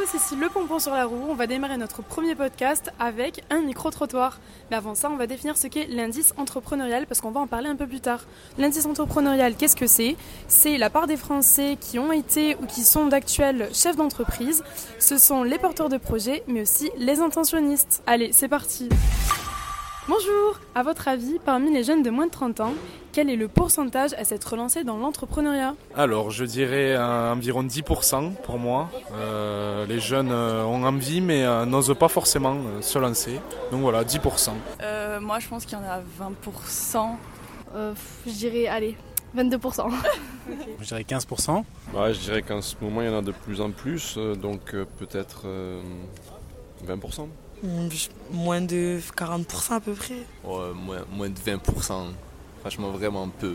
Cécile Le Pompon sur la roue, on va démarrer notre premier podcast avec un micro-trottoir. Mais avant ça, on va définir ce qu'est l'indice entrepreneurial parce qu'on va en parler un peu plus tard. L'indice entrepreneurial, qu'est-ce que c'est ? C'est la part des Français qui ont été ou qui sont d'actuels chefs d'entreprise. Ce sont les porteurs de projets, mais aussi les intentionnistes. Allez, c'est parti. Bonjour. À votre avis, parmi les jeunes de moins de 30 ans, quel est le pourcentage à s'être relancé dans l'entrepreneuriat ? Alors, je dirais environ 10% pour moi. Les jeunes ont envie mais n'osent pas forcément se lancer. Donc voilà, 10%. Moi, je pense qu'il y en a 20%. Je dirais, allez, 22%. Je dirais 15%. Je dirais qu'en ce moment, il y en a de plus en plus, donc peut-être 20%. Moins de 40% à peu près. Moins de 20%. Franchement, vraiment peu.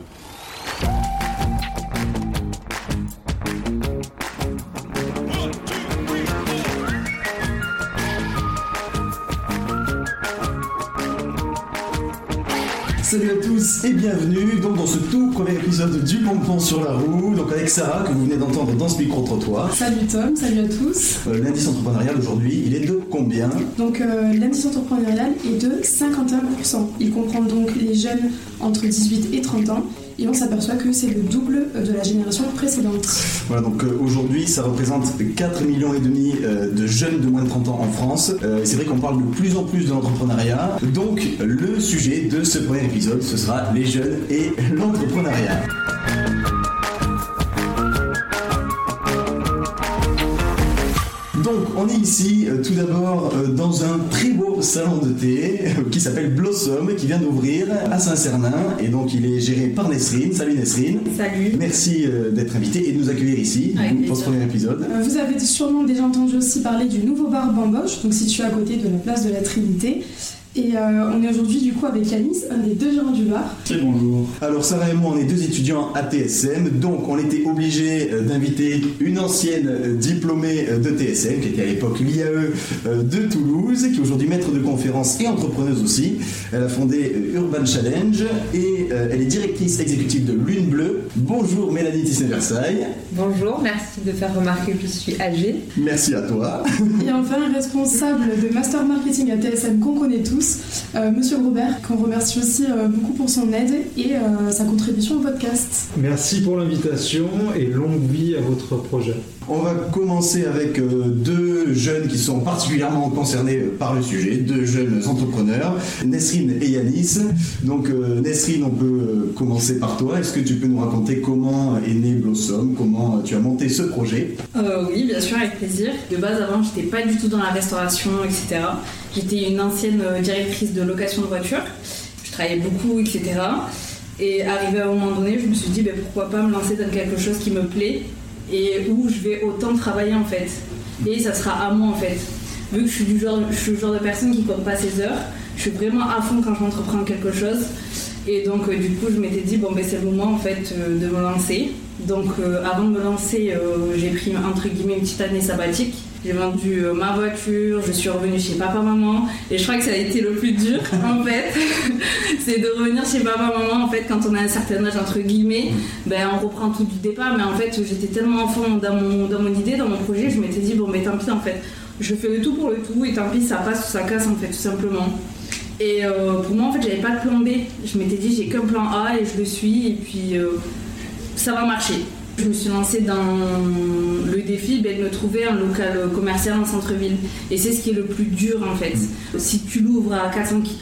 Salut à tous et bienvenue donc dans ce tout premier épisode du Pompon sur la roue, donc avec Sarah que vous venez d'entendre dans ce micro-trottoir. Salut Tom, salut à tous. L'indice entrepreneurial aujourd'hui, il est de combien ? Donc l'indice entrepreneurial est de 51%. Il comprend donc les jeunes entre 18 et 30 ans. Et on s'aperçoit que c'est le double de la génération précédente. Voilà, donc aujourd'hui, ça représente 4,5 millions de jeunes de moins de 30 ans en France. Et c'est vrai qu'on parle de plus en plus de l'entrepreneuriat. Donc, le sujet de ce premier épisode, ce sera les jeunes et l'entrepreneuriat. Donc on est ici tout d'abord dans un très beau salon de thé qui s'appelle Blossom, qui vient d'ouvrir à Saint-Cernin, et donc il est géré par Nesrine. Salut Nesrine. Salut. Merci d'être invitée et de nous accueillir ici pour ce premier épisode. Vous avez sûrement déjà entendu aussi parler du nouveau bar Bamboche, donc situé à côté de la place de la Trinité. Et on est aujourd'hui du coup avec Yanis, un des deux gérants du bar. Et bonjour. Alors Sarah et moi on est deux étudiants à TSM, donc on était obligés d'inviter une ancienne diplômée de TSM qui était à l'époque l'IAE de Toulouse, qui est aujourd'hui maître de conférences et entrepreneuse aussi. Elle a fondé Urban Challenge et elle est directrice exécutive de Lune Bleue. Bonjour Mélanie Thyssen-Versailles. Bonjour, merci de faire remarquer que je suis âgée. Merci à toi. Et enfin un responsable de Master Marketing à TSM qu'on connaît tous, Monsieur Robert, qu'on remercie aussi beaucoup pour son aide et sa contribution au podcast. Merci pour l'invitation et longue vie à votre projet. On va commencer avec deux jeunes qui sont particulièrement concernés par le sujet, deux jeunes entrepreneurs, Nesrine et Yanis. Donc Nesrine, on peut commencer par toi. Est-ce que tu peux nous raconter comment est né Blossom, comment tu as monté ce projet ? Oui, bien sûr, avec plaisir. De base, avant, j'étais pas du tout dans la restauration, etc. J'étais une ancienne directrice de location de voitures. Je travaillais beaucoup, etc. Et arrivé à un moment donné, je me suis dit, pourquoi pas me lancer dans quelque chose qui me plaît et où je vais autant travailler en fait. Et ça sera à moi en fait. Vu que je suis le genre de personne qui compte pas ses heures, je suis vraiment à fond quand je m'entreprends quelque chose. Et donc du coup je m'étais dit c'est le moment en fait de me lancer. Donc avant de me lancer, j'ai pris entre guillemets une petite année sabbatique. J'ai vendu ma voiture, je suis revenue chez papa-maman et je crois que ça a été le plus dur en fait. C'est de revenir chez papa-maman en fait quand on a un certain âge entre guillemets, on reprend tout du départ, mais en fait j'étais tellement à fond dans mon idée, dans mon projet, je m'étais dit tant pis en fait, je fais le tout pour le tout et tant pis ça passe ou ça casse en fait tout simplement. Et pour moi en fait j'avais pas de plan B, je m'étais dit j'ai qu'un plan A et je le suis et puis ça va marcher. Je me suis lancée dans le défi de me trouver un local commercial en centre-ville. Et c'est ce qui est le plus dur en fait. Si tu l'ouvres à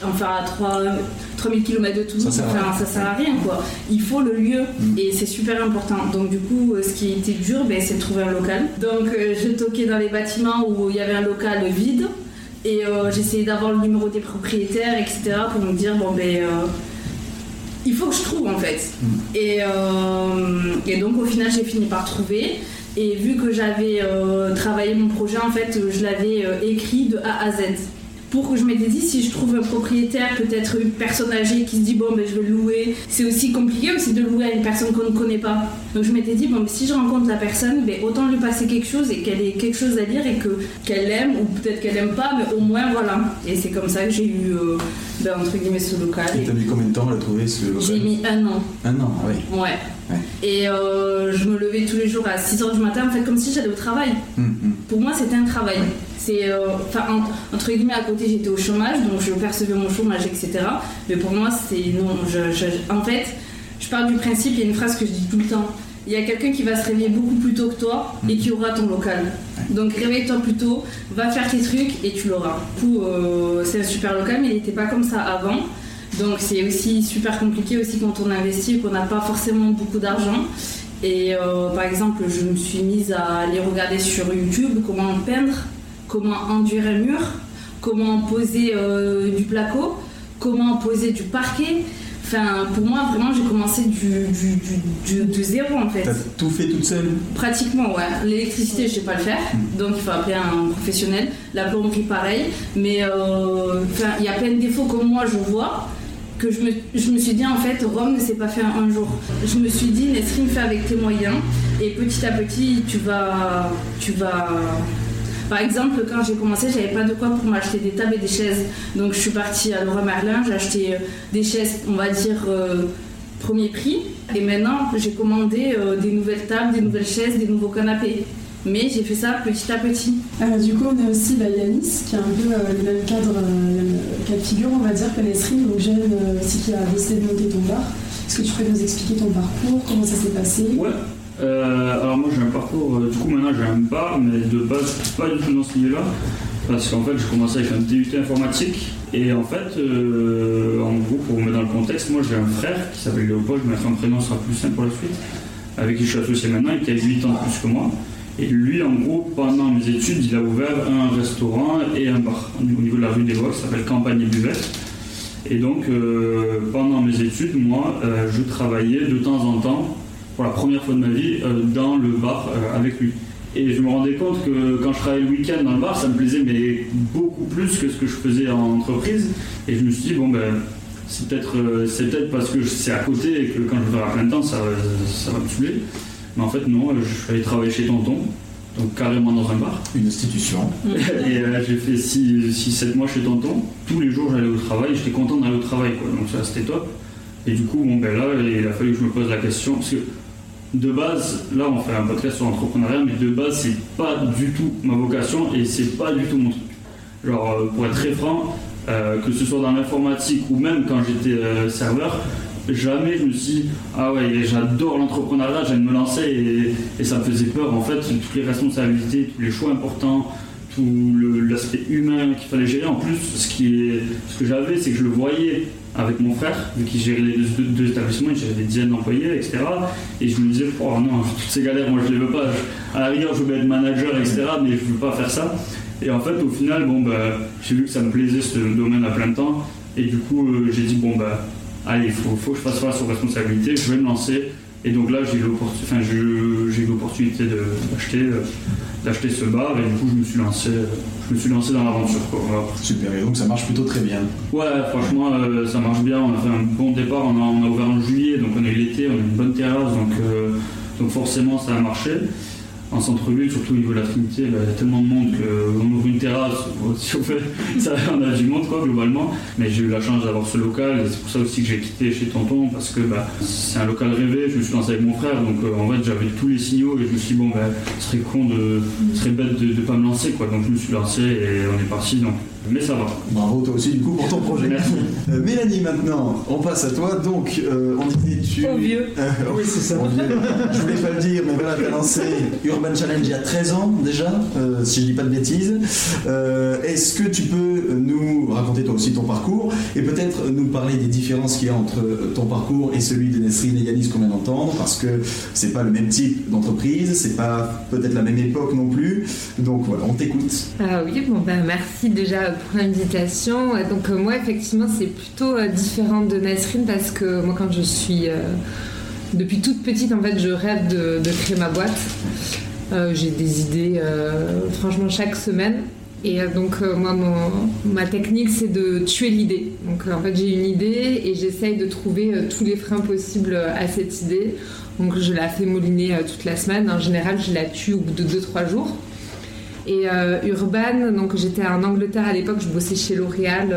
3000 km de Toulouse, ça sert à rien quoi. Il faut le lieu et c'est super important. Donc du coup, ce qui était dur, c'est de trouver un local. Donc je toquais dans les bâtiments où il y avait un local vide et j'essayais d'avoir le numéro des propriétaires, etc. pour me dire il faut que je trouve en fait. Et donc au final j'ai fini par trouver. Et vu que j'avais travaillé mon projet en fait, je l'avais écrit de A à Z. Pour que je m'étais dit si je trouve un propriétaire, peut-être une personne âgée qui se dit je vais le louer, c'est aussi compliqué aussi de louer à une personne qu'on ne connaît pas. Donc je m'étais dit si je rencontre la personne, autant lui passer quelque chose et qu'elle ait quelque chose à dire et qu'elle aime ou peut-être qu'elle aime pas, mais au moins voilà. Et c'est comme ça que j'ai eu entre guillemets ce local. Et t'as mis combien de temps à trouver ce local ? J'ai mis 1 an. 1 an, oui. Ouais. Et je me levais tous les jours à 6h du matin, en fait, comme si j'allais au travail. pour moi c'était un travail. C'est, entre guillemets, à côté j'étais au chômage, donc je percevais mon chômage, etc. Mais pour moi c'est non. En fait, je pars du principe, il y a une phrase que je dis tout le temps. Il y a quelqu'un qui va se réveiller beaucoup plus tôt que toi et qui aura ton local. Donc réveille-toi plus tôt, va faire tes trucs et tu l'auras. Du coup, c'est un super local, mais il n'était pas comme ça avant. Donc c'est aussi super compliqué aussi quand on investit et qu'on n'a pas forcément beaucoup d'argent. Et par exemple, je me suis mise à aller regarder sur YouTube comment peindre, comment enduire un mur, comment poser du placo, comment poser du parquet. Enfin, pour moi, vraiment, j'ai commencé de zéro en fait. T'as tout fait toute seule? Pratiquement, ouais. L'électricité, je sais pas le faire, donc il faut appeler un professionnel. La plomberie, pareil. Mais il y a plein de défauts comme moi, je vois, que je me suis dit en fait, Rome ne s'est pas fait un jour. Je me suis dit, Nesrine, fais avec tes moyens, et petit à petit, tu vas. Par exemple, quand j'ai commencé, j'avais pas de quoi pour m'acheter des tables et des chaises. Donc je suis partie à Leroy Merlin, j'ai acheté des chaises, on va dire, premier prix. Et maintenant, j'ai commandé des nouvelles tables, des nouvelles chaises, des nouveaux canapés. Mais j'ai fait ça petit à petit. Du coup, on a aussi Yanis, qui a un peu le même cas de figure, on va dire, que Nesrine, donc jeune aussi qui a décidé de monter ton bar. Est-ce que tu pourrais nous expliquer ton parcours, comment ça s'est passé? Ouais. Alors moi j'ai un parcours, du coup maintenant j'ai un bar, mais de base pas du tout dans ce milieu-là, parce qu'en fait j'ai commencé avec un DUT informatique, et en fait, en gros pour vous mettre dans le contexte, moi j'ai un frère qui s'appelle Léopold, je mettrai un prénom, ce sera plus simple pour la suite, avec qui je suis associé maintenant, il a 8 ans de plus que moi, et lui en gros pendant mes études il a ouvert un restaurant et un bar au niveau de la rue des Lois qui s'appelle Campagne et Buvette. Et donc pendant mes études, moi je travaillais de temps en temps pour la première fois de ma vie dans le bar avec lui. Et je me rendais compte que quand je travaillais le week-end dans le bar, ça me plaisait mais beaucoup plus que ce que je faisais en entreprise. Et je me suis dit, bon ben, c'est peut-être parce que c'est à côté et que quand je vais faire à plein temps, ça va me saouler. Mais en fait non, je suis allé travailler chez Tonton, donc carrément dans un bar. Une institution. Et j'ai fait 6-7 mois chez Tonton. Tous les jours j'allais au travail, j'étais content d'aller au travail, quoi. Donc ça c'était top. Et du coup, bon ben là, il a fallu que je me pose la question, parce que de base, là on fait un podcast sur l'entrepreneuriat, mais de base c'est pas du tout ma vocation et c'est pas du tout mon truc. Genre pour être très franc, que ce soit dans l'informatique ou même quand j'étais serveur, jamais je me suis dit ah ouais j'adore l'entrepreneuriat, j'aime me lancer et ça me faisait peur en fait, toutes les responsabilités, tous les choix importants, tout l'aspect humain qu'il fallait gérer. En plus ce que j'avais c'est que je le voyais avec mon frère, vu qu'il gérait les deux établissements, il gérait des dizaines d'employés, etc. Et je me disais, oh non, toutes ces galères, moi je les veux pas. À la rigueur, je veux être manager, etc. Mais je veux pas faire ça. Et en fait, au final, bon, bah, j'ai vu que ça me plaisait ce domaine à plein temps. Et du coup, j'ai dit, bon, bah, allez, il faut que je fasse face aux responsabilités, je vais me lancer. Et donc là, j'ai eu l'opportunité d'acheter ce bar et du coup, je me suis lancé dans l'aventure, quoi. Voilà. Super, et donc ça marche plutôt très bien. Ouais, franchement, ça marche bien. On a fait un bon départ, on a ouvert en juillet, donc on a eu l'été, on a une bonne terrasse, donc forcément ça a marché. En centre-ville, surtout au niveau de la Trinité, il y a tellement de monde qu'on ouvre une terrasse, si on fait ça, on a du monde quoi globalement. Mais j'ai eu la chance d'avoir ce local et c'est pour ça aussi que j'ai quitté chez Tonton parce que c'est un local rêvé. Je me suis lancé avec mon frère, donc en fait j'avais tous les signaux et je me suis dit ce serait bête de pas me lancer quoi. Donc je me suis lancé et on est parti. Donc mais ça va. Bravo toi aussi du coup pour ton projet. Merci. Mélanie maintenant, on passe à toi. Donc on disait Au vieux. Oui c'est ça. Je voulais pas le dire mais voilà, t'as lancé Urban Challenge il y a 13 ans déjà, si je dis pas de bêtises. Est-ce que tu peux nous raconter toi aussi ton parcours et peut-être nous parler des différences qu'il y a entre ton parcours et celui de Nesrine et Yanis qu'on vient d'entendre, parce que c'est pas le même type d'entreprise, c'est pas peut-être la même époque non plus. Donc voilà, on t'écoute. Oui, merci déjà pour l'invitation. Donc moi effectivement c'est plutôt différent de Nesrine parce que moi quand je suis depuis toute petite en fait je rêve de créer ma boîte. J'ai des idées franchement chaque semaine et donc moi ma technique c'est de tuer l'idée. Donc en fait j'ai une idée et j'essaye de trouver tous les freins possibles à cette idée. Donc je la fais mouliner toute la semaine. En général je la tue au bout de 2-3 jours. Et Urban, donc j'étais en Angleterre à l'époque, je bossais chez L'Oréal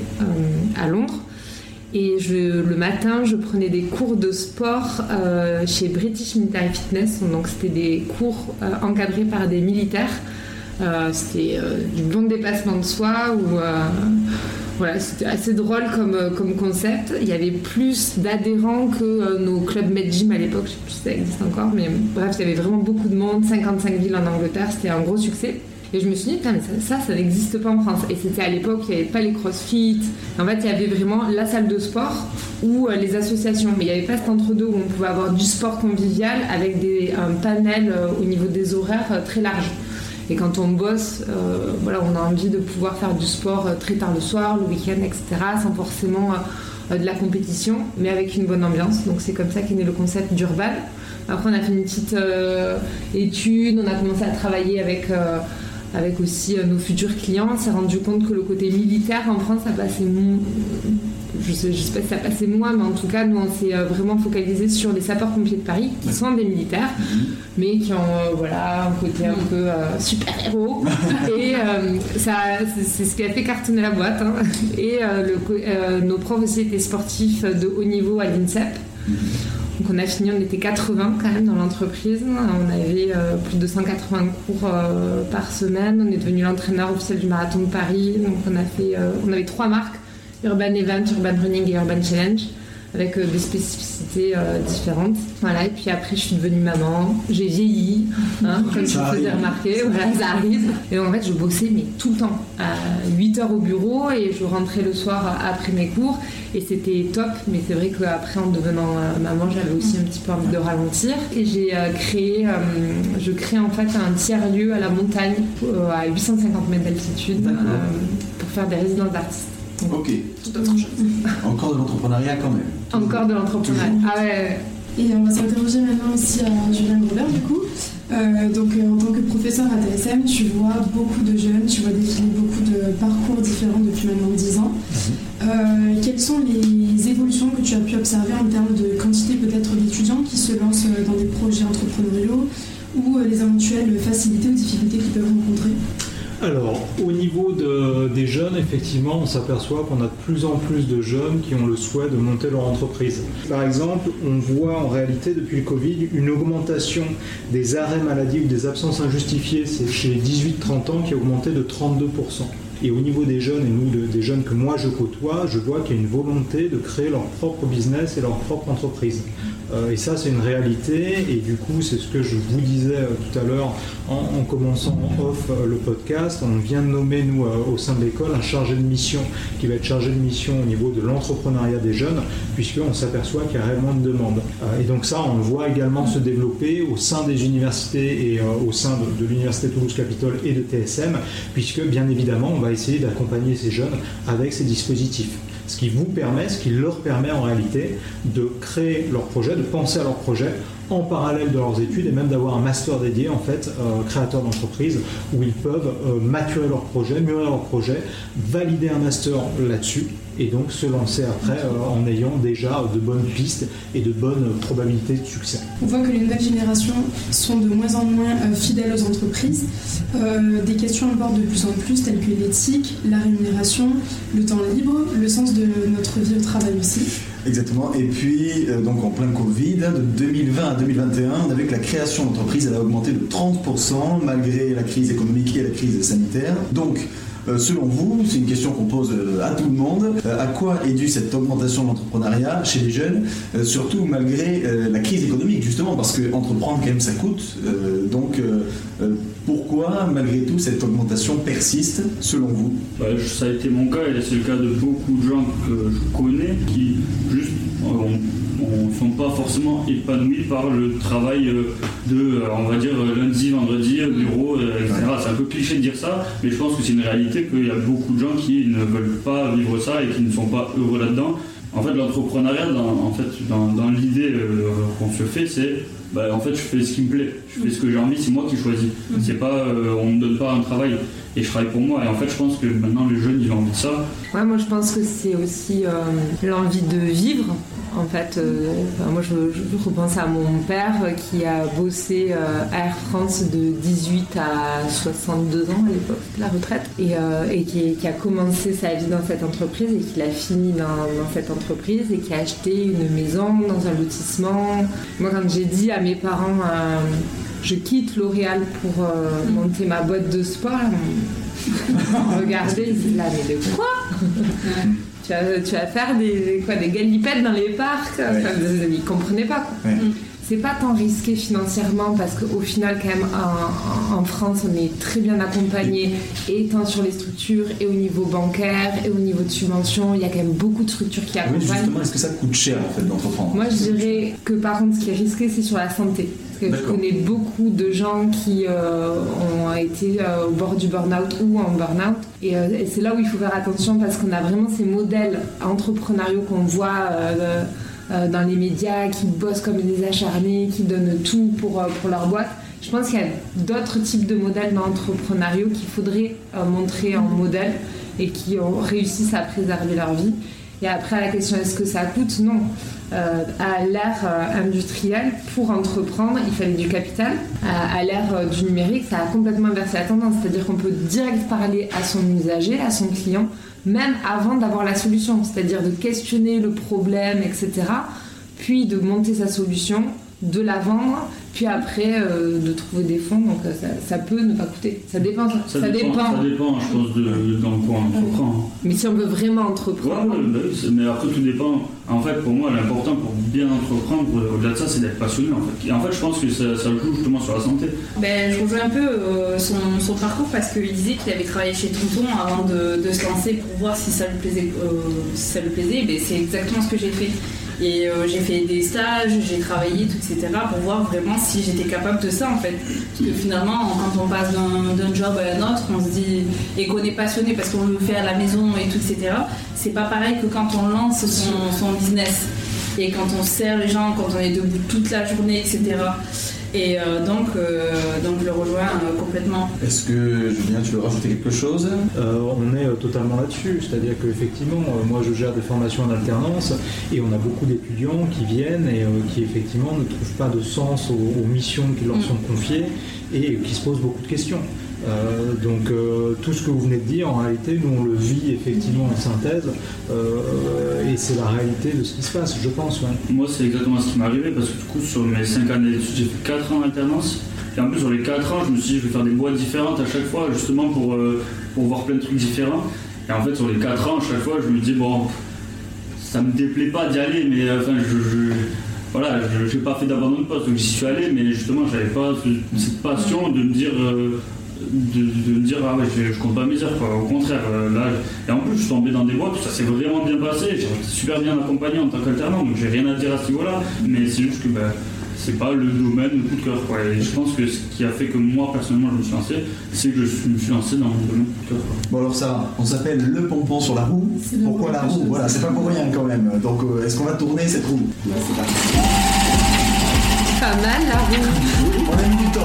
à Londres. Et le matin, je prenais des cours de sport chez British Military Fitness. Donc c'était des cours encadrés par des militaires C'était du bon dépassement de soi où voilà, c'était assez drôle comme concept. Il y avait plus d'adhérents que nos clubs Med Gym à l'époque, je sais plus si ça existe encore, mais bref, il y avait vraiment beaucoup de monde, 55 villes en Angleterre, c'était un gros succès. Et je me suis dit, putain, mais ça n'existe pas en France. Et c'était à l'époque, il n'y avait pas les crossfit. En fait, il y avait vraiment la salle de sport ou les associations. Mais il n'y avait pas cet entre-deux où on pouvait avoir du sport convivial avec un panel au niveau des horaires très large. Et quand on bosse, voilà, on a envie de pouvoir faire du sport très tard le soir, le week-end, etc., sans forcément de la compétition, mais avec une bonne ambiance. Donc c'est comme ça qu'est né le concept d'Urban. Après, on a fait une petite étude, on a commencé à travailler avec aussi nos futurs clients. On s'est rendu compte que le côté militaire en France, ça passait je sais pas si ça passait moins, mais en tout cas, nous, on s'est vraiment focalisé sur les sapeurs-pompiers de Paris, qui sont des militaires, mais qui ont voilà, un côté un peu super-héros. Et c'est ce qui a fait cartonner la boîte. Hein. Et nos profs aussi étaient sportifs de haut niveau à l'INSEP. Donc on a fini, on était 80 quand même dans l'entreprise. On avait plus de 180 cours par semaine. On est devenu l'entraîneur officiel du marathon de Paris. Donc on avait 3 marques, Urban Event, Urban Running et Urban Challenge, avec des spécificités différentes. Voilà, et puis après je suis devenue maman, j'ai vieilli, hein, comme je me faisais remarquer, voilà, ça arrive. Et en fait je bossais mais tout le temps, à 8h au bureau et je rentrais le soir après mes cours et c'était top, mais c'est vrai qu'après en devenant maman j'avais aussi un petit peu envie de ralentir et je crée en fait un tiers-lieu à la montagne à 850 mètres d'altitude pour faire des résidences d'artistes. Ok. Tout autre chose. Encore de l'entrepreneuriat quand même. Encore de l'entrepreneuriat. Ah ouais. Et on va s'interroger maintenant aussi à Julien Grobert du coup. Donc en tant que professeur à TSM, tu vois beaucoup de jeunes, tu vois défiler beaucoup de parcours différents depuis maintenant 10 ans. Quelles sont les évolutions que tu as pu observer en termes de quantité peut-être d'étudiants qui se lancent dans des projets entrepreneuriaux ou les éventuelles facilités ou difficultés qu'ils peuvent rencontrer? Alors, au niveau des jeunes, effectivement, on s'aperçoit qu'on a de plus en plus de jeunes qui ont le souhait de monter leur entreprise. Par exemple, on voit en réalité depuis le Covid une augmentation des arrêts maladie ou des absences injustifiées chez les 18-30 ans qui a augmenté de 32%. Et au niveau des jeunes, et nous, des jeunes que moi je côtoie, je vois qu'il y a une volonté de créer leur propre business et leur propre entreprise. Et ça, c'est une réalité. Et du coup, c'est ce que je vous disais tout à l'heure en commençant en off le podcast. On vient de nommer, nous, au sein de l'école, un chargé de mission qui va être chargé de mission au niveau de l'entrepreneuriat des jeunes, puisqu'on s'aperçoit qu'il y a réellement une demande. Et donc ça, on le voit également se développer au sein des universités et au sein de l'Université Toulouse-Capitole et de TSM, puisque, bien évidemment, on va essayer d'accompagner ces jeunes avec ces dispositifs. Ce qui leur permet en réalité de créer leur projet, de penser à leur projet en parallèle de leurs études et même d'avoir un master dédié en fait, créateur d'entreprise, où ils peuvent maturer leur projet, mûrir leur projet, valider un master là-dessus et donc se lancer après en ayant déjà de bonnes pistes et de bonnes probabilités de succès. On voit que les nouvelles générations sont de moins en moins fidèles aux entreprises. Des questions abordent de plus en plus telles que l'éthique, la rémunération, le temps libre, le sens de notre vie au travail aussi. Exactement. Et puis, donc en plein Covid, de 2020 à 2021, on a vu que la création d'entreprises elle a augmenté de 30% malgré la crise économique et la crise sanitaire. Donc, selon vous, c'est une question qu'on pose à tout le monde, à quoi est due cette augmentation de l'entrepreneuriat chez les jeunes, surtout malgré la crise économique justement, parce que entreprendre quand même ça coûte, donc pourquoi malgré tout cette augmentation persiste selon vous? Ça a été mon cas et c'est le cas de beaucoup de gens que je connais qui juste ne sont pas forcément épanouis par le travail on va dire lundi, vendredi, bureau, etc. C'est un peu cliché de dire ça, mais je pense que c'est une réalité qu'il y a beaucoup de gens qui ne veulent pas vivre ça et qui ne sont pas heureux là-dedans. En fait, l'entrepreneuriat, dans l'idée qu'on se fait, c'est en fait, je fais ce qui me plaît, je fais ce que j'ai envie, c'est moi qui choisis. C'est pas, on me donne pas un travail et je travaille pour moi. Et en fait, je pense que maintenant les jeunes, ils ont envie de ça. Ouais, moi je pense que c'est aussi l'envie de vivre. En fait, moi je repense à mon père qui a bossé à Air France de 18 à 62 ans à l'époque, la retraite, et qui a commencé sa vie dans cette entreprise et qui l'a fini dans cette entreprise et qui a acheté une maison dans un lotissement. Moi, quand j'ai dit à mes parents je quitte L'Oréal pour monter ma boîte de sport. Regardez, ils disent là, mais de quoi tu vas faire des galipettes dans les parcs. Ils ne comprenaient pas. Quoi. C'est pas tant risqué financièrement parce qu'au final, quand même, en France, on est très bien accompagné, et tant sur les structures, et au niveau bancaire, et au niveau de subventions. Il y a quand même beaucoup de structures qui accompagnent. Oui, justement, est-ce que ça coûte cher en fait d'entreprendre ? Moi, je dirais que par contre, ce qui est risqué, c'est sur la santé. Parce que je connais beaucoup de gens qui ont été au bord du burn-out ou en burn-out. Et c'est là où il faut faire attention parce qu'on a vraiment ces modèles entrepreneuriaux qu'on voit dans les médias, qui bossent comme des acharnés, qui donnent tout pour leur boîte. Je pense qu'il y a d'autres types de modèles d'entrepreneuriaux qu'il faudrait montrer en modèle et qui réussissent à préserver leur vie. Et après, la question, est-ce que ça coûte ? Non. À l'ère industrielle, pour entreprendre, il fallait du capital. À l'ère du numérique, ça a complètement inversé la tendance. C'est-à-dire qu'on peut direct parler à son usager, à son client, même avant d'avoir la solution. C'est-à-dire de questionner le problème, etc. Puis de monter sa solution, de la vendre, puis après de trouver des fonds. Donc ça peut ne pas coûter. Ça dépend. Ça dépend, je pense, dans quoi on entreprend. Mais si on veut vraiment entreprendre... mais après tout dépend. En fait, pour moi, l'important pour bien entreprendre, au-delà de ça, c'est d'être passionné. En fait. Et en fait, je pense que ça joue justement sur la santé. Je rejoins un peu son parcours parce qu'il disait qu'il avait travaillé chez Tonton avant de se lancer pour voir si ça lui plaisait. C'est exactement ce que j'ai fait. Et j'ai fait des stages, j'ai travaillé, tout, etc. pour voir vraiment si j'étais capable de ça en fait. Parce que finalement, quand on passe d'un job à un autre, on se dit, et qu'on est passionné parce qu'on le fait à la maison et tout, etc. C'est pas pareil que quand on lance son business. Et quand on sert les gens, quand on est debout toute la journée, etc. Et donc je le rejoins complètement. Est-ce que, Julien, tu veux rajouter quelque chose ? On est totalement là-dessus, c'est-à-dire qu'effectivement, moi je gère des formations en alternance et on a beaucoup d'étudiants qui viennent et qui effectivement ne trouvent pas de sens aux missions qui leur sont confiées et qui se posent beaucoup de questions. Donc tout ce que vous venez de dire, en réalité, nous on le vit effectivement en synthèse et c'est la réalité de ce qui se passe, je pense. Ouais. Moi c'est exactement ce qui m'est arrivé parce que du coup sur mes 5 années d'études, j'ai fait 4 ans d'alternance et en plus sur les 4 ans, je me suis dit je vais faire des boîtes différentes à chaque fois justement pour voir plein de trucs différents. Et en fait sur les 4 ans, à chaque fois je me dis bon, ça me déplaît pas d'y aller mais enfin je n'ai pas fait d'abandon de poste, donc j'y suis allé, mais justement j'avais pas cette passion de me dire de me dire ah ouais je compte pas mes heures quoi. Au contraire là, et en plus je suis tombé dans des boîtes où ça s'est vraiment bien passé, j'ai été super bien accompagné en tant qu'alternant, donc j'ai rien à dire à ce niveau là, mais c'est juste que c'est pas le domaine de coup de cœur quoi. Et je pense que ce qui a fait que moi personnellement je me suis lancé, c'est que je me suis lancé dans mon domaine de coup de cœur quoi. Bon alors ça, on s'appelle le pompon sur la roue. Pourquoi la roue ? Voilà, c'est pas pour rien quand même. Donc est-ce qu'on va tourner cette roue ? C'est parti. Pas mal la roue. On a mis du temps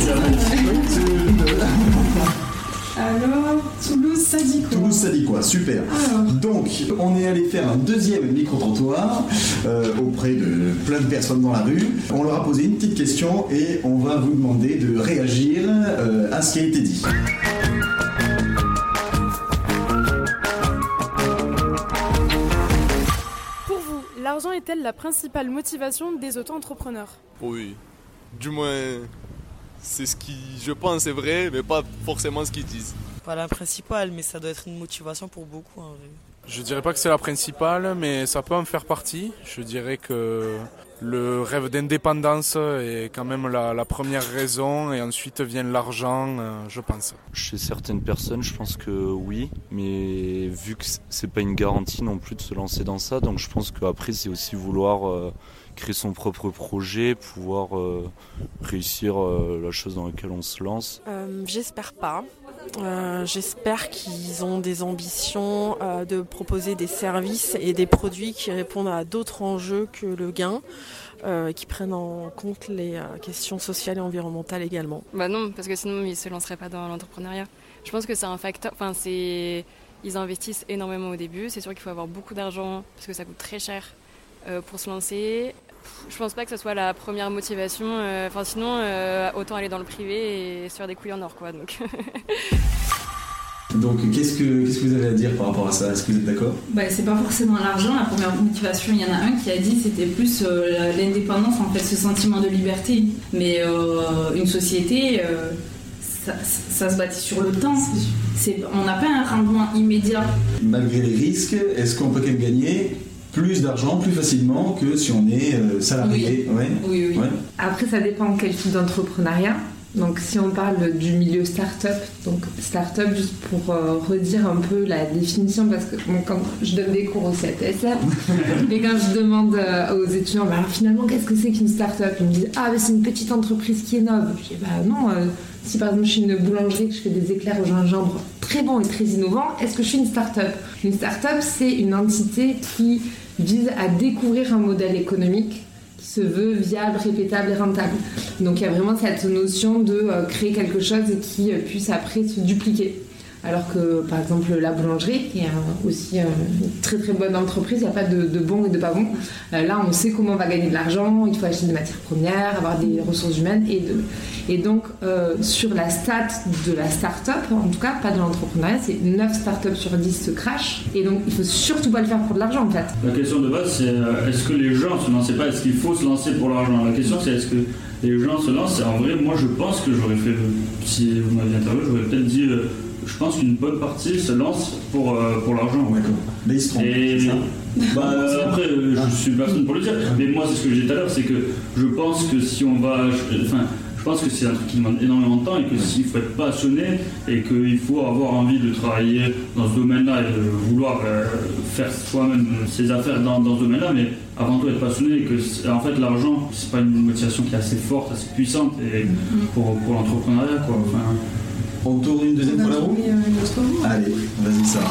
Alors, Toulouse, ça dit quoi ? Toulouse, ça dit quoi ? Super. Alors. Donc, on est allé faire un deuxième micro-trottoir auprès de plein de personnes dans la rue. On leur a posé une petite question et on va vous demander de réagir à ce qui a été dit. Pour vous, l'argent est-elle la principale motivation des auto-entrepreneurs ? Oui, du moins, c'est ce qui, je pense, est vrai, mais pas forcément ce qu'ils disent. Pas la principale, mais ça doit être une motivation pour beaucoup en vrai. Je dirais pas que c'est la principale, mais ça peut en faire partie. Je dirais que le rêve d'indépendance est quand même la première raison et ensuite vient l'argent, je pense. Chez certaines personnes, je pense que oui, mais vu que c'est pas une garantie non plus de se lancer dans ça, donc je pense qu'après c'est aussi vouloir créer son propre projet, pouvoir réussir la chose dans laquelle on se lance. J'espère pas. J'espère qu'ils ont des ambitions de proposer des services et des produits qui répondent à d'autres enjeux que le gain, qui prennent en compte les questions sociales et environnementales également. Bah non, parce que sinon ils ne se lanceraient pas dans l'entrepreneuriat. Je pense que c'est un facteur, ils investissent énormément au début, c'est sûr qu'il faut avoir beaucoup d'argent parce que ça coûte très cher pour se lancer. Je pense pas que ce soit la première motivation, sinon autant aller dans le privé et se faire des couilles en or quoi. Donc. Donc qu'est-ce que vous avez à dire par rapport à ça? Est-ce que vous êtes d'accord? C'est pas forcément l'argent. La première motivation, il y en a un qui a dit c'était plus l'indépendance, en fait, ce sentiment de liberté. Mais une société, ça se bâtit sur le temps. On n'a pas un rendement immédiat. Malgré les risques, est-ce qu'on peut quand même gagner plus d'argent plus facilement que si on est salarié? Oui. Ouais. Après, ça dépend quel type d'entrepreneuriat. Donc si on parle du milieu start-up, donc start-up, juste pour redire un peu la définition, parce que quand je donne des cours aussi à TSM, et quand je demande aux étudiants, alors finalement qu'est-ce que c'est qu'une start-up, ils me disent c'est une petite entreprise qui innove. Je dis non, si par exemple je suis une boulangerie, que je fais des éclairs au gingembre très bons et très innovants, est-ce que je suis une start-up? Une start-up, c'est une entité qui vise à découvrir un modèle économique se veut viable, répétable et rentable. Donc il y a vraiment cette notion de créer quelque chose qui puisse après se dupliquer. Alors que par exemple la boulangerie, qui est aussi une très très bonne entreprise, il n'y a pas de bon et de pas bon. Là on sait comment on va gagner de l'argent, il faut acheter des matières premières, avoir des ressources humaines et donc sur la stat de la start-up, en tout cas pas de l'entrepreneuriat, c'est 9 start-up sur 10 se crashent et donc il faut surtout pas le faire pour de l'argent en fait. La question de base c'est est-ce que les gens se lancent, pas est-ce qu'il faut se lancer pour l'argent? La question c'est est-ce que les gens se lancent? En vrai moi je pense que j'aurais fait, si vous m'aviez interrogé, j'aurais peut-être dit je pense qu'une bonne partie se lance pour l'argent. D'accord. Mais ils se trompent, et c'est ça? Après, je suis personne pour le dire, mais moi c'est ce que j'ai dit tout à l'heure, c'est que je pense que si on va... je pense que c'est un truc qui demande énormément de temps et que s'il faut être passionné et qu'il faut avoir envie de travailler dans ce domaine-là et de vouloir faire soi-même ses affaires dans ce domaine-là, mais avant tout être passionné et que en fait l'argent, c'est pas une motivation qui est assez forte, assez puissante et pour l'entrepreneuriat quoi. On tourne une deuxième fois la roue. Allez, vas-y Sarah.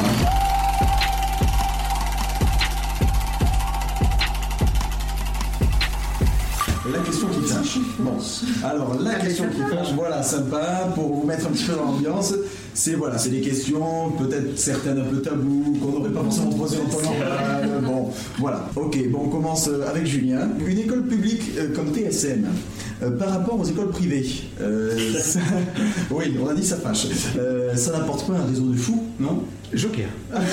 La question qui fâche. Bon, alors la question qui fâche, voilà, sympa, pour vous mettre un petit peu dans l'ambiance, c'est des questions, peut-être certaines un peu tabous, qu'on n'aurait pas forcément posées en temps normal. Bon, voilà. Ok, on commence avec Julien. Une école publique comme TSM, par rapport aux écoles privées, oui, on a dit ça fâche. Ça n'apporte pas un réseau de fous, non? Joker.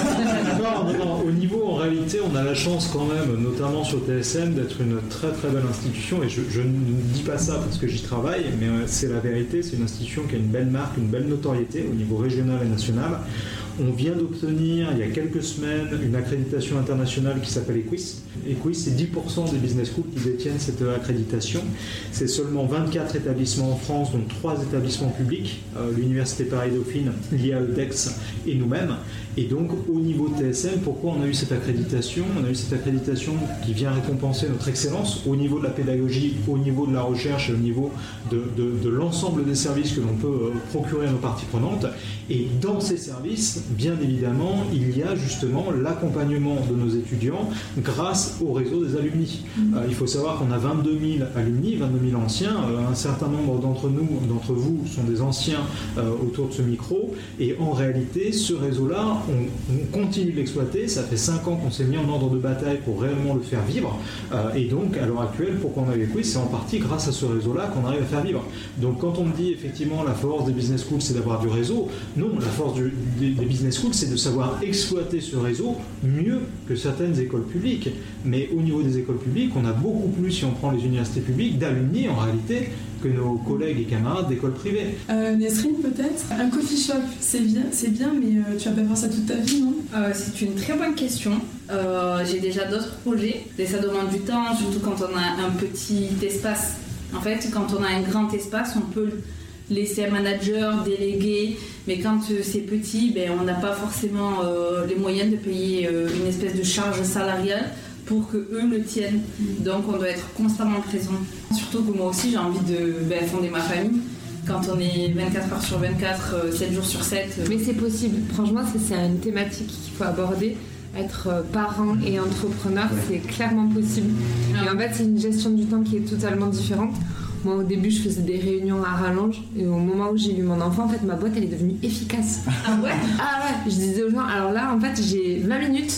Non. Au niveau, en réalité, on a la chance quand même, notamment sur TSM, d'être une très très belle institution. Et je ne dis pas ça parce que j'y travaille, mais c'est la vérité. C'est une institution qui a une belle marque, une belle notoriété au niveau régional et national. On vient d'obtenir, il y a quelques semaines, une accréditation internationale qui s'appelle EQUIS. EQUIS, c'est 10% des business schools qui détiennent cette accréditation. C'est seulement 24 établissements en France, dont 3 établissements publics, l'Université Paris-Dauphine, l'IAE-DEX et nous-mêmes. Et donc, au niveau TSM, pourquoi on a eu cette accréditation? On a eu cette accréditation qui vient récompenser notre excellence au niveau de la pédagogie, au niveau de la recherche et au niveau de l'ensemble des services que l'on peut procurer à nos parties prenantes. Et dans ces services, bien évidemment, il y a justement l'accompagnement de nos étudiants grâce au réseau des alumni. Il faut savoir qu'on a 22 000 alumni, 22 000 anciens. Un certain nombre d'entre vous sont des anciens autour de ce micro. Et en réalité, ce réseau-là, on continue de l'exploiter. Ça fait 5 ans qu'on s'est mis en ordre de bataille pour réellement le faire vivre. Et donc, à l'heure actuelle, pourquoi on a EQUIS, c'est en partie grâce à ce réseau-là qu'on arrive à faire vivre. Donc, quand on me dit effectivement la force des business schools, c'est d'avoir du réseau, non, la force des business schools, c'est de savoir exploiter ce réseau mieux que certaines écoles publiques. Mais au niveau des écoles publiques, on a beaucoup plus, si on prend les universités publiques, d'alumni en réalité que nos collègues et camarades d'écoles privées. Nesrine, peut-être un coffee shop, c'est bien, mais tu vas pas faire ça toute ta vie, non? C'est une très bonne question. J'ai déjà d'autres projets, et ça demande du temps, surtout quand on a un petit espace. En fait, quand on a un grand espace, on peut laisser un manager, déléguer, mais quand c'est petit, on n'a pas forcément les moyens de payer une espèce de charge salariale pour qu'eux le tiennent. Donc on doit être constamment présent. Surtout que moi aussi j'ai envie de fonder ma famille. Quand on est 24 heures sur 24, 7 jours sur 7. Mais c'est possible. Franchement, c'est une thématique qu'il faut aborder. Être parent et entrepreneur, c'est clairement possible. Et en fait, c'est une gestion du temps qui est totalement différente. Moi, au début, je faisais des réunions à rallonge. Et au moment où j'ai eu mon enfant, en fait, ma boîte, elle est devenue efficace. Ah ouais? Ah ouais. Je disais aux gens, alors là, en fait, j'ai 20 minutes.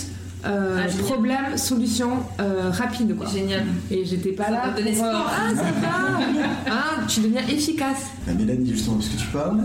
Problème, solution rapide quoi. Génial. Et j'étais pas là pour ça va tu deviens efficace. Mélanie, justement, puisque tu parles,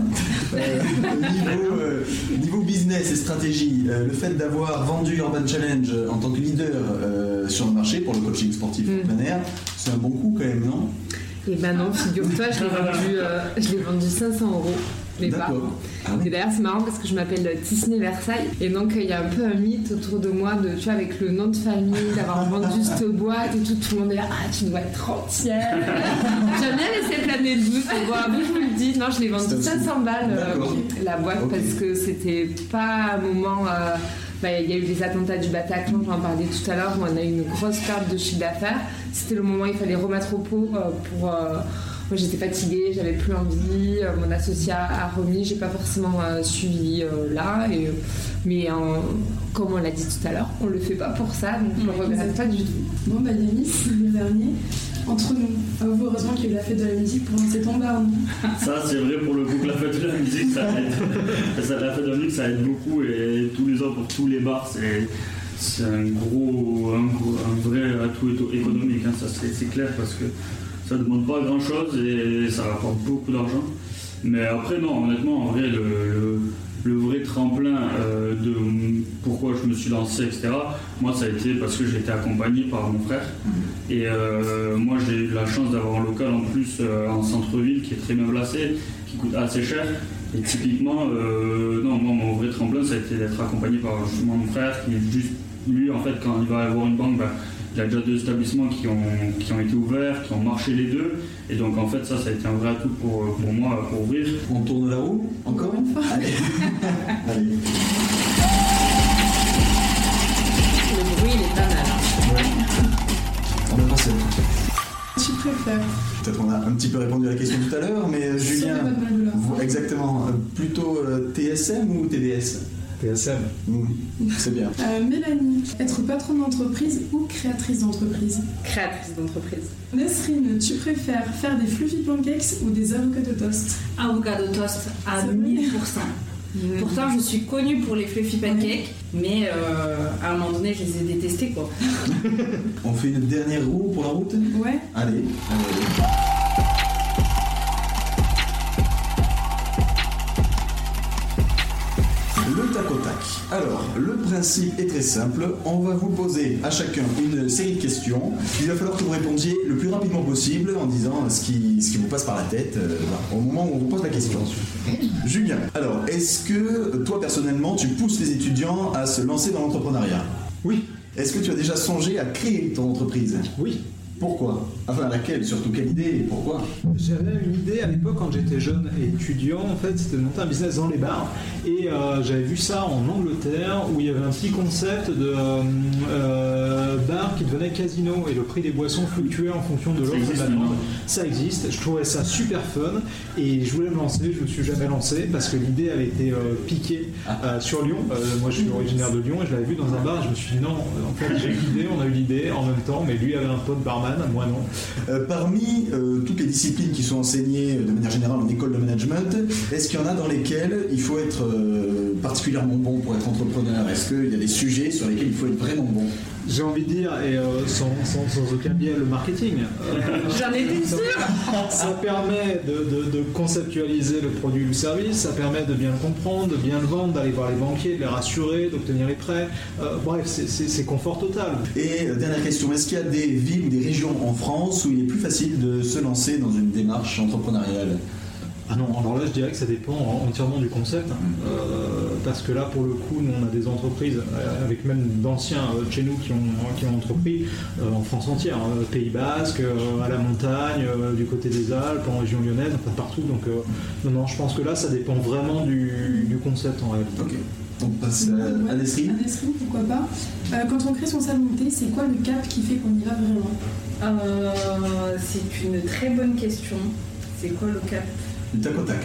niveau business et stratégie, le fait d'avoir vendu Urban Challenge en tant que leader sur le marché pour le coaching sportif en plein air, c'est un bon coup quand même, non? Et ben non, figure-toi, je l'ai vendu 500 €. Mais pas. Ah oui. Et d'ailleurs, c'est marrant parce que je m'appelle Tisney Versailles. Et donc, il y a un peu un mythe autour de moi, tu vois, avec le nom de famille, d'avoir vendu cette boîte et tout. Tout le monde est là, ah, tu dois être entière. J'aime bien laisser planer le doute. Bon, je vous le dis, non, je l'ai vendu 500 balles, la boîte, parce que c'était pas un moment. Il y a eu les attentats du Bataclan, j'en parlais tout à l'heure, où on a eu une grosse perte de chiffre d'affaires. C'était le moment où il fallait remettre au pot pour. Moi j'étais fatiguée, j'avais plus envie, mon associé a remis, j'ai pas forcément suivi là, mais comme on l'a dit tout à l'heure, on le fait pas pour ça, donc je le regrette pas du tout. Bon Yanis, le dernier, entre nous, avoue heureusement qu'il y a eu la fête de la musique pour lancer ton bar. Ça c'est vrai pour le coup que la fête de la musique ça aide. La fête de la musique ça aide beaucoup et tous les ans pour tous les bars c'est un vrai atout économique, hein, ça c'est clair parce que ça ne demande pas grand chose et ça rapporte beaucoup d'argent. Mais après, non, honnêtement, en vrai, le vrai tremplin de pourquoi je me suis lancé, etc., moi, ça a été parce que j'ai été accompagné par mon frère. Et moi, j'ai eu la chance d'avoir un local en plus en centre-ville qui est très bien placé, qui coûte assez cher. Et typiquement, non, moi, mon vrai tremplin, ça a été d'être accompagné par justement mon frère qui est juste, lui, en fait, quand il va avoir une banque, il y a déjà 2 établissements qui ont été ouverts, qui ont marché les 2. Et donc en fait ça a été un vrai atout pour moi pour ouvrir. On tourne la roue encore une fois. Allez. Allez. Le bruit il est pas mal. Ouais. On avance. Tu préfères? Peut-être on a un petit peu répondu à la question tout à l'heure, mais Julien, exactement, plutôt TSM ou TDS? TSM. C'est bien. Mélanie, être patronne d'entreprise ou créatrice d'entreprise? Créatrice d'entreprise. Nesrine, tu préfères faire des fluffy pancakes ou des avocado toast? Avocado toast à 1000%. Pourtant, je suis connue pour les fluffy pancakes, mais à un moment donné, je les ai détestés, quoi. On fait une dernière roue pour la route? Ouais. Allez. Le tac au tac. Alors, le principe est très simple. On va vous poser à chacun une série de questions. Il va falloir que vous répondiez le plus rapidement possible en disant ce qui vous passe par la tête au moment où on vous pose la question. Julien, alors, est-ce que toi, personnellement, tu pousses les étudiants à se lancer dans l'entrepreneuriat? Oui. Est-ce que tu as déjà songé à créer ton entreprise? Oui. Pourquoi? Enfin, laquelle? Surtout quelle idée et pourquoi? J'avais une idée à l'époque quand j'étais jeune et étudiant, en fait, c'était de monter un business dans les bars. Et j'avais vu ça en Angleterre où il y avait un petit concept de bar qui devenait casino et le prix des boissons fluctuait en fonction de l'offre et de la demande. Ça existe, je trouvais ça super fun et je voulais me lancer, je me suis jamais lancé parce que l'idée avait été piquée sur Lyon. Moi, je suis originaire de Lyon et je l'avais vu dans un bar et je me suis dit non, en fait, j'ai l'idée, on a eu l'idée en même temps, mais lui avait un pote barman, moi non. Parmi toutes les disciplines qui sont enseignées de manière générale en école de management, est-ce qu'il y en a dans lesquelles il faut être particulièrement bon pour être entrepreneur? Est-ce qu'il y a des sujets sur lesquels il faut être vraiment bon? J'ai envie de dire, et sans aucun biais, le marketing. J'en étais sûre. Ça permet de conceptualiser le produit ou le service, ça permet de bien le comprendre, de bien le vendre, d'aller voir les banquiers, de les rassurer, d'obtenir les prêts. Bref, c'est confort total. Et dernière question, est-ce qu'il y a des villes ou des régions en France où il est plus facile de se lancer dans une démarche entrepreneuriale? Ah non, alors là je dirais que ça dépend entièrement du concept, parce que là pour le coup nous on a des entreprises avec même d'anciens chez nous qui ont entrepris en France entière, Pays Basque, à la montagne, du côté des Alpes, en région lyonnaise, enfin partout, donc non, je pense que là ça dépend vraiment du concept en réalité. Ok. On passe à Nesrine. Nesrine, pourquoi pas. Quand on crée son salon de thé, c'est quoi le cap qui fait qu'on y va vraiment? C'est une très bonne question. C'est quoi le cap? Du tac au tac.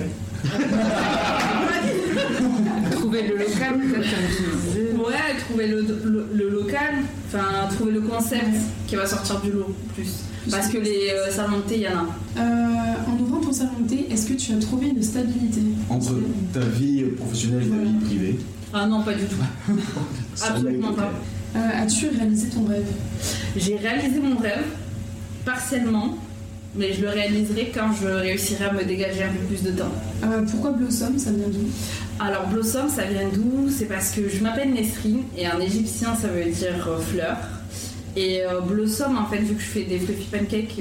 Trouver le local, peut-être comme tu disais. Ouais, trouver le local, enfin trouver le concept qui va sortir du lot plus. Parce que les salons de thé, il y en a. En ouvrant ton salon de thé, est-ce que tu as trouvé une stabilité entre ta vie professionnelle et ta vie privée? Ah non, pas du tout. Absolument pas. As-tu réalisé ton rêve? J'ai réalisé mon rêve, partiellement. mais je le réaliserai quand je réussirai à me dégager un peu plus de temps. Pourquoi Blossom, ça vient d'où? Alors Blossom, ça vient d'où? C'est parce que je m'appelle Nesrine et en égyptien ça veut dire fleur. Et Blossom, en fait, vu que je fais des fluffy pancakes,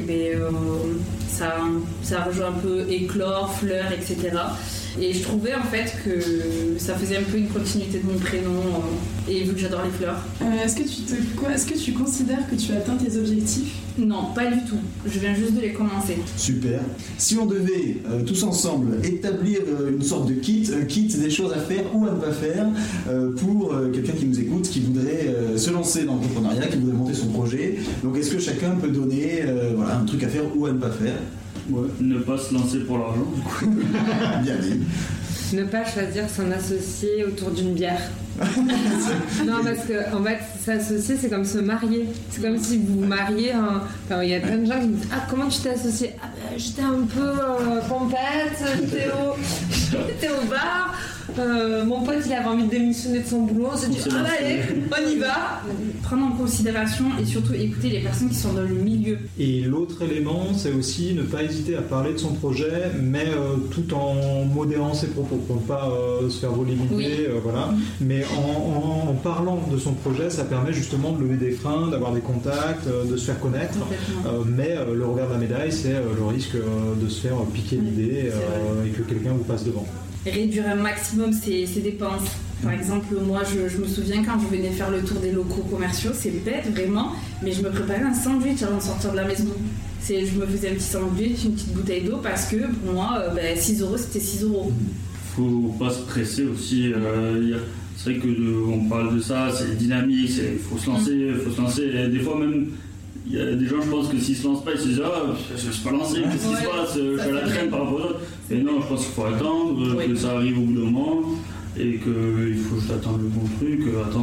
ça rejoint un peu éclore, fleur, etc. Et je trouvais en fait que ça faisait un peu une continuité de mon prénom et vu que j'adore les fleurs. Est-ce que tu considères que tu as atteint tes objectifs? Non, pas du tout. Je viens juste de les commencer. Super. Si on devait tous ensemble établir une sorte de kit des choses à faire ou à ne pas faire pour quelqu'un qui nous écoute, qui voudrait se lancer dans l'entrepreneuriat, qui voudrait monter son projet. Donc est-ce que chacun peut donner un truc à faire ou à ne pas faire? Ouais, ne pas se lancer pour l'argent, du coup. Bien dit. Ne pas choisir son associé autour d'une bière. Non, parce que en fait, s'associer, c'est comme se marier. C'est comme si vous vous mariez. Il y a plein de gens qui me disent comment tu t'es associé? J'étais un peu pompette, j'étais au bar. Mon pote il avait envie de démissionner de son boulot, on s'est dit allez, on y va. Prendre en considération et surtout écouter les personnes qui sont dans le milieu. Et l'autre élément, c'est aussi ne pas hésiter à parler de son projet, mais tout en modérant ses propos pour ne pas se faire voler l'idée, voilà. Mais en parlant de son projet, ça permet justement de lever des freins, d'avoir des contacts, de se faire connaître. Mais le revers de la médaille, c'est le risque de se faire piquer l'idée et que quelqu'un vous passe devant. Réduire un maximum ses dépenses. Par exemple, moi, je me souviens quand je venais faire le tour des locaux commerciaux, c'est bête vraiment, mais je me préparais un sandwich avant de sortir de la maison. Je me faisais un petit sandwich, une petite bouteille d'eau, parce que pour moi, 6 €, c'était 6 €. Faut pas se presser aussi. C'est vrai qu'on parle de ça, c'est dynamique, il faut se lancer. Et des fois même, il y a des gens, je pense que s'ils se lancent pas, ils se disent je ne suis pas lancé, qu'est-ce qui se passe, je suis à la traîne par rapport aux autres. Et non, je pense qu'il faut attendre, que ça arrive au bout d'un moment, et qu'il faut juste attendre le bon truc,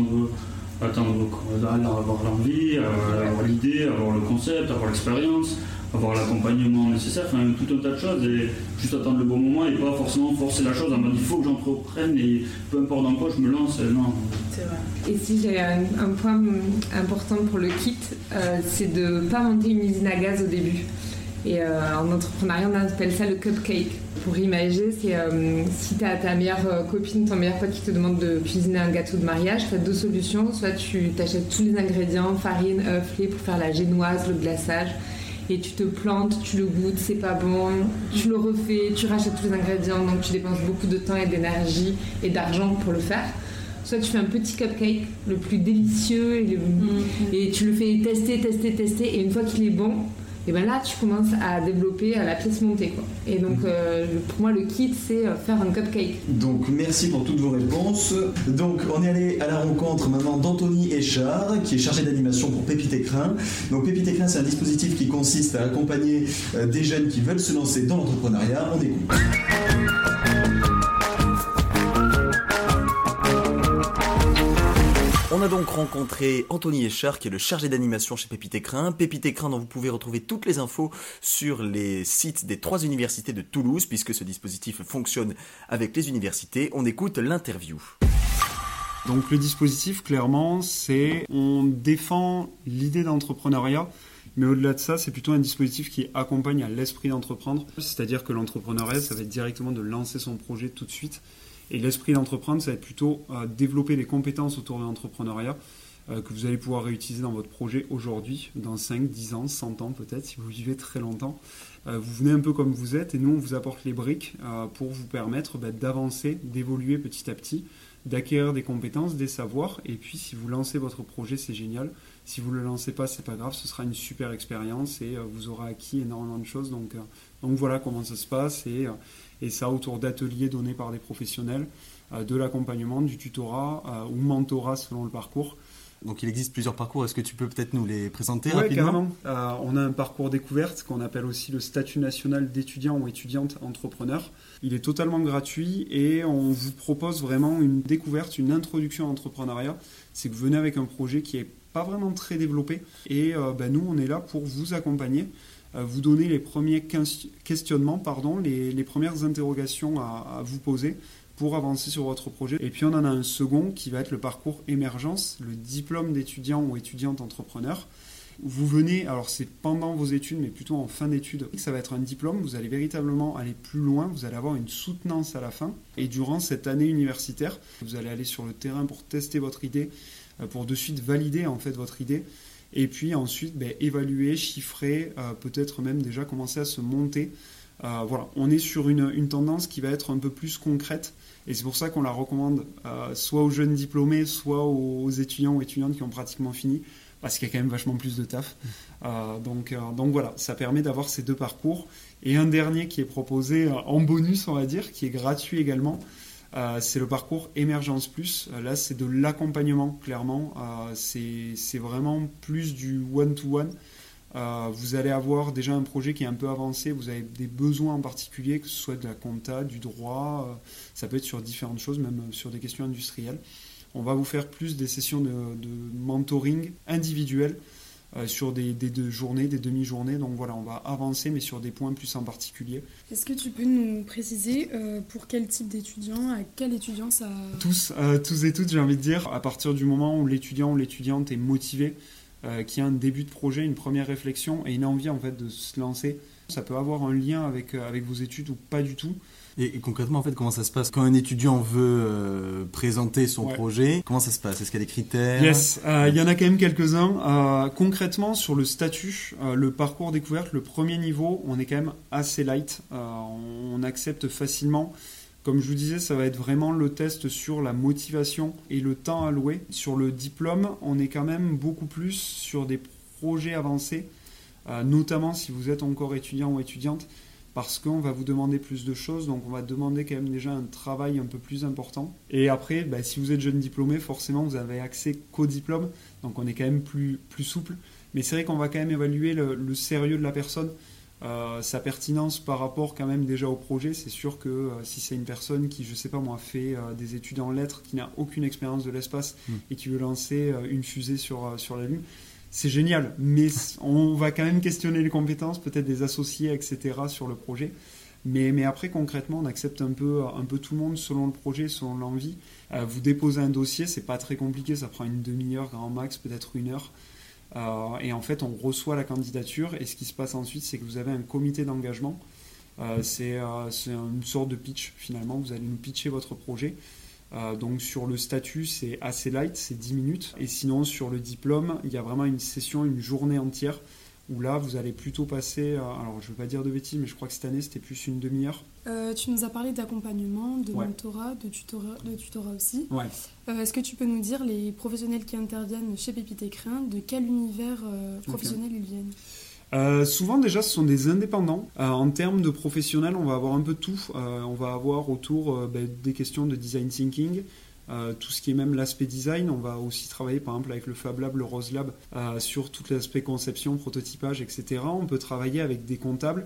avoir l'envie, avoir l'idée, avoir le concept, avoir l'expérience, avoir l'accompagnement nécessaire, tout un tas de choses, et juste attendre le bon moment et pas forcément forcer la chose en mode il faut que j'entreprenne et peu importe dans quoi je me lance. Non. C'est vrai. Et si j'ai un point important pour le kit, c'est de ne pas monter une usine à gaz au début. Et en entrepreneuriat, on appelle ça le cupcake. Pour imager, c'est si tu as ta meilleure copine, ton meilleur pote qui te demande de cuisiner un gâteau de mariage, tu as deux solutions. Soit tu t'achètes tous les ingrédients, farine, œufs, lait pour faire la génoise, le glaçage, et tu te plantes, tu le goûtes, c'est pas bon, tu le refais, tu rachètes tous les ingrédients, donc tu dépenses beaucoup de temps et d'énergie et d'argent pour le faire. Soit tu fais un petit cupcake, le plus délicieux, et tu le fais tester, et une fois qu'il est bon, et ben là tu commences à développer à la pièce montée, quoi. Et donc pour moi le kit c'est faire un cupcake. Donc merci pour toutes vos réponses. Donc on est allé à la rencontre maintenant d'Anthony Échard qui est chargé d'animation pour Pépite Écrin. Donc Pépite Écrin, c'est un dispositif qui consiste à accompagner des jeunes qui veulent se lancer dans l'entrepreneuriat. On écoute. On a donc rencontré Anthony Échard qui est le chargé d'animation chez Pépite Écrin. Pépite Écrin dont vous pouvez retrouver toutes les infos sur les sites des 3 universités de Toulouse puisque ce dispositif fonctionne avec les universités. On écoute l'interview. Donc le dispositif clairement c'est on défend l'idée d'entrepreneuriat. Mais au-delà de ça, c'est plutôt un dispositif qui accompagne à l'esprit d'entreprendre. C'est-à-dire que l'entrepreneuriat, ça va être directement de lancer son projet tout de suite. Et l'esprit d'entreprendre, ça va être plutôt développer des compétences autour de l'entrepreneuriat que vous allez pouvoir réutiliser dans votre projet aujourd'hui, dans 5, 10 ans, 100 ans peut-être, si vous vivez très longtemps. Vous venez un peu comme vous êtes et nous, on vous apporte les briques pour vous permettre d'avancer, d'évoluer petit à petit, d'acquérir des compétences, des savoirs. Et puis, si vous lancez votre projet, c'est génial. Si vous ne le lancez pas, c'est pas grave, ce sera une super expérience et vous aurez acquis énormément de choses. Donc voilà comment ça se passe. Et ça autour d'ateliers donnés par des professionnels, de l'accompagnement, du tutorat ou mentorat selon le parcours. Donc il existe plusieurs parcours, est-ce que tu peux peut-être nous les présenter rapidement ? Oui, carrément. On a un parcours découverte qu'on appelle aussi le statut national d'étudiant ou étudiante entrepreneur. Il est totalement gratuit et on vous propose vraiment une découverte, une introduction à l'entrepreneuriat. C'est que vous venez avec un projet qui n'est pas vraiment très développé et nous on est là pour vous accompagner. Vous donner les premiers questionnements, les premières interrogations à vous poser pour avancer sur votre projet. Et puis on en a un second qui va être le parcours émergence, le diplôme d'étudiant ou étudiante entrepreneur. vous venez, alors c'est pendant vos études, mais plutôt en fin d'études, ça va être un diplôme, vous allez véritablement aller plus loin, vous allez avoir une soutenance à la fin, et durant cette année universitaire, vous allez aller sur le terrain pour tester votre idée, pour de suite valider en fait votre idée, et puis ensuite évaluer, chiffrer, peut-être même déjà commencer à se monter. Voilà, on est sur une tendance qui va être un peu plus concrète, et c'est pour ça qu'on la recommande soit aux jeunes diplômés, soit aux étudiants ou étudiantes qui ont pratiquement fini, parce qu'il y a quand même vachement plus de taf. Donc voilà, ça permet d'avoir ces deux parcours. Et un dernier qui est proposé en bonus, on va dire, qui est gratuit également, c'est le parcours Émergence Plus. Là, c'est de l'accompagnement, clairement. C'est vraiment plus du one-to-one. Vous allez avoir déjà un projet qui est un peu avancé, vous avez des besoins en particulier, que ce soit de la compta, du droit, ça peut être sur différentes choses, même sur des questions industrielles. On va vous faire plus des sessions de mentoring individuel sur des journées, des demi-journées. Donc voilà, on va avancer, mais sur des points plus en particulier. Est-ce que tu peux nous préciser pour quel type d'étudiants, à quel étudiant ça... Tous et toutes, j'ai envie de dire. À partir du moment où l'étudiant ou l'étudiante est motivé, qui a un début de projet, une première réflexion et une envie en fait de se lancer. Ça peut avoir un lien avec vos études ou pas du tout. Et concrètement, en fait, comment ça se passe quand un étudiant veut présenter son projet? Comment ça se passe? Est-ce qu'il y a des critères? Yes, il y en a quand même quelques-uns. Concrètement, sur le statut, le parcours découverte, le premier niveau, on est quand même assez light. On accepte facilement. Comme je vous disais, ça va être vraiment le test sur la motivation et le temps alloué. Sur le diplôme, on est quand même beaucoup plus sur des projets avancés, notamment si vous êtes encore étudiant ou étudiante, parce qu'on va vous demander plus de choses, donc on va demander quand même déjà un travail un peu plus important. Et après, si vous êtes jeune diplômé, forcément vous avez accès qu'au diplôme, donc on est quand même plus souple. Mais c'est vrai qu'on va quand même évaluer le sérieux de la personne, sa pertinence par rapport quand même déjà au projet. C'est sûr que si c'est une personne qui, je sais pas moi, fait des études en lettres, qui n'a aucune expérience de l'espace et qui veut lancer une fusée sur la Lune, c'est génial, mais on va quand même questionner les compétences, peut-être des associés, etc. sur le projet. Mais après, concrètement, on accepte un peu tout le monde selon le projet, selon l'envie. Vous déposez un dossier, c'est pas très compliqué, ça prend une demi-heure, grand max, peut-être une heure. Et en fait, on reçoit la candidature, et ce qui se passe ensuite, c'est que vous avez un comité d'engagement. C'est une sorte de pitch, finalement. Vous allez nous pitcher votre projet. Donc sur le statut, c'est assez light, c'est 10 minutes. Et sinon, sur le diplôme, il y a vraiment une session, une journée entière, où là, vous allez plutôt passer... alors, je ne veux pas dire de bêtises, mais je crois que cette année, c'était plus une demi-heure. Tu nous as parlé d'accompagnement, de mentorat, de tutorat aussi. Ouais. Est-ce que tu peux nous dire, les professionnels qui interviennent chez Pépite Écrin, de quel univers professionnel ils viennent ? Souvent déjà ce sont des indépendants. En termes de professionnels, on va avoir un peu tout. On va avoir autour des questions de design thinking, tout ce qui est même l'aspect design. On va aussi travailler par exemple avec le Fab Lab, le Rose Lab, sur tout l'aspect conception, prototypage, etc. On peut travailler avec des comptables,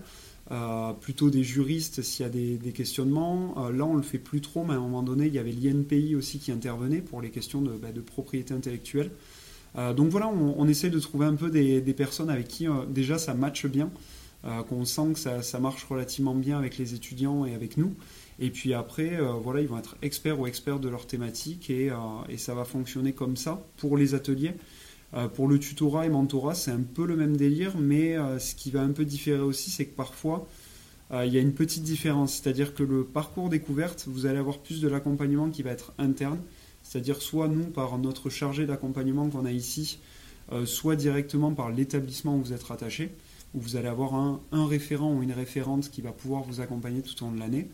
plutôt des juristes s'il y a des questionnements. Là on le fait plus trop, mais à un moment donné il y avait l'INPI aussi qui intervenait pour les questions de propriété intellectuelle. Donc voilà, on essaie de trouver un peu des personnes avec qui déjà ça matche bien, qu'on sent que ça marche relativement bien avec les étudiants et avec nous. Et puis après, voilà, ils vont être experts ou experts de leur thématique et ça va fonctionner comme ça pour les ateliers. Pour le tutorat et mentorat, c'est un peu le même délire, mais ce qui va un peu différer aussi, c'est que parfois, il y a une petite différence. C'est-à-dire que le parcours découverte, vous allez avoir plus de l'accompagnement qui va être interne. C'est-à-dire soit nous, par notre chargé d'accompagnement qu'on a ici, soit directement par l'établissement où vous êtes rattaché, où vous allez avoir un référent ou une référente qui va pouvoir vous accompagner tout au long de l'année.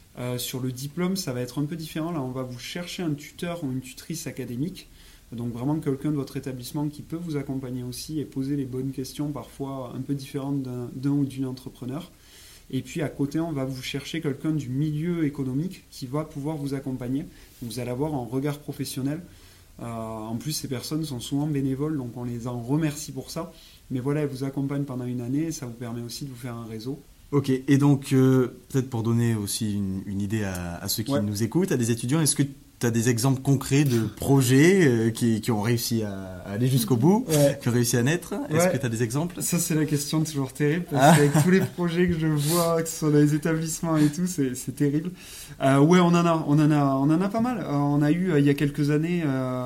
Sur le diplôme, ça va être un peu différent. Là, on va vous chercher un tuteur ou une tutrice académique, donc vraiment quelqu'un de votre établissement qui peut vous accompagner aussi et poser les bonnes questions, parfois un peu différentes d'un ou d'une entrepreneur. Et puis à côté, on va vous chercher quelqu'un du milieu économique qui va pouvoir vous accompagner. Vous allez avoir un regard professionnel. En plus, ces personnes sont souvent bénévoles, donc on les en remercie pour ça. Mais voilà, elles vous accompagnent pendant une année et ça vous permet aussi de vous faire un réseau. Ok, et donc peut-être pour donner aussi une idée à ceux qui nous écoutent, à des étudiants, est-ce que tu as des exemples concrets de projets qui ont réussi à aller jusqu'au bout, qui ont réussi à naître. Est-ce que tu as des exemples? Ça, c'est la question toujours terrible, parce qu'avec tous les projets que je vois, que ce soit dans les établissements et tout, c'est terrible. Ouais, on en a pas mal. On a eu, il y a quelques années,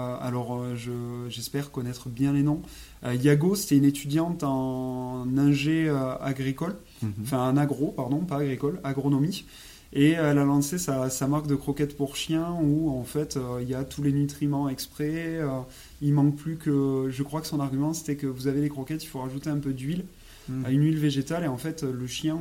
j'espère connaître bien les noms, Yago, c'était une étudiante en ingé agricole, en agro, pardon, pas agricole, agronomie. Et elle a lancé sa marque de croquettes pour chiens où en fait il y a tous les nutriments exprès. Il manque plus que, je crois que son argument c'était que vous avez les croquettes, il faut rajouter un peu d'huile, une huile végétale, et en fait le chien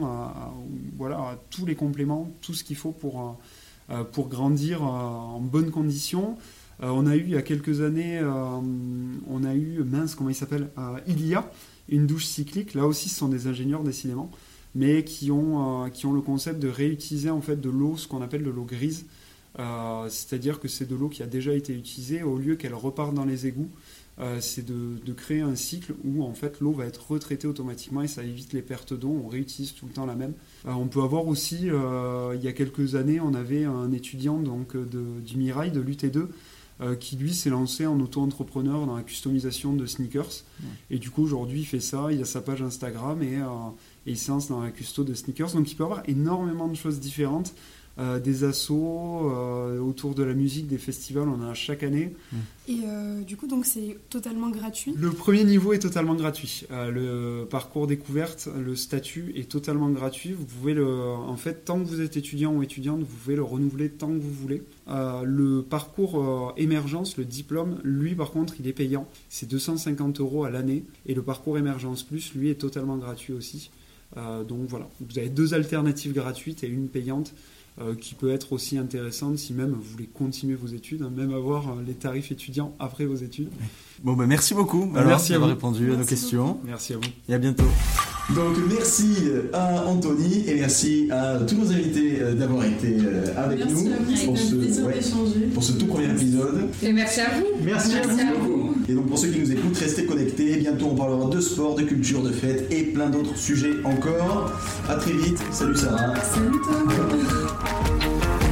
a tous les compléments, tout ce qu'il faut pour grandir en bonnes conditions. On a eu il y a quelques années, comment il s'appelle, Ilia, une douche cyclique. Là aussi ce sont des ingénieurs décidément, mais qui ont le concept de réutiliser en fait de l'eau, ce qu'on appelle de l'eau grise, c'est-à-dire que c'est de l'eau qui a déjà été utilisée, au lieu qu'elle reparte dans les égouts, c'est de créer un cycle où en fait l'eau va être retraitée automatiquement et ça évite les pertes d'eau, on réutilise tout le temps la même. On peut avoir aussi, il y a quelques années, on avait un étudiant donc, du Mirail, de l'UT2, qui lui s'est lancé en auto-entrepreneur dans la customisation de sneakers. Et du coup aujourd'hui il fait ça, il a sa page Instagram et il se lance dans la custo de sneakers. Donc il peut y avoir énormément de choses différentes, des assos autour de la musique, des festivals, on en a chaque année. Et du coup donc c'est totalement gratuit? Le premier niveau est totalement gratuit. Le parcours découverte, le statut est totalement gratuit. Vous pouvez en fait, tant que vous êtes étudiant ou étudiante, vous pouvez le renouveler tant que vous voulez. Le parcours émergence, le diplôme, lui par contre il est payant, c'est 250 € à l'année, et le parcours émergence plus, lui, est totalement gratuit aussi. Donc voilà, vous avez 2 alternatives gratuites et une payante, qui peut être aussi intéressante si même vous voulez continuer vos études, même avoir les tarifs étudiants après vos études. Bon, merci beaucoup d'avoir répondu à nos questions. Merci à vous. Et à bientôt. Donc merci à Anthony et merci à tous nos invités d'avoir été avec nous pour ce tout premier épisode. Et merci à vous. Merci à vous. Et donc pour ceux qui nous écoutent, restez connectés. Bientôt on parlera de sport, de culture, de fête et plein d'autres sujets encore. À très vite. Salut Sarah. Salut Tom.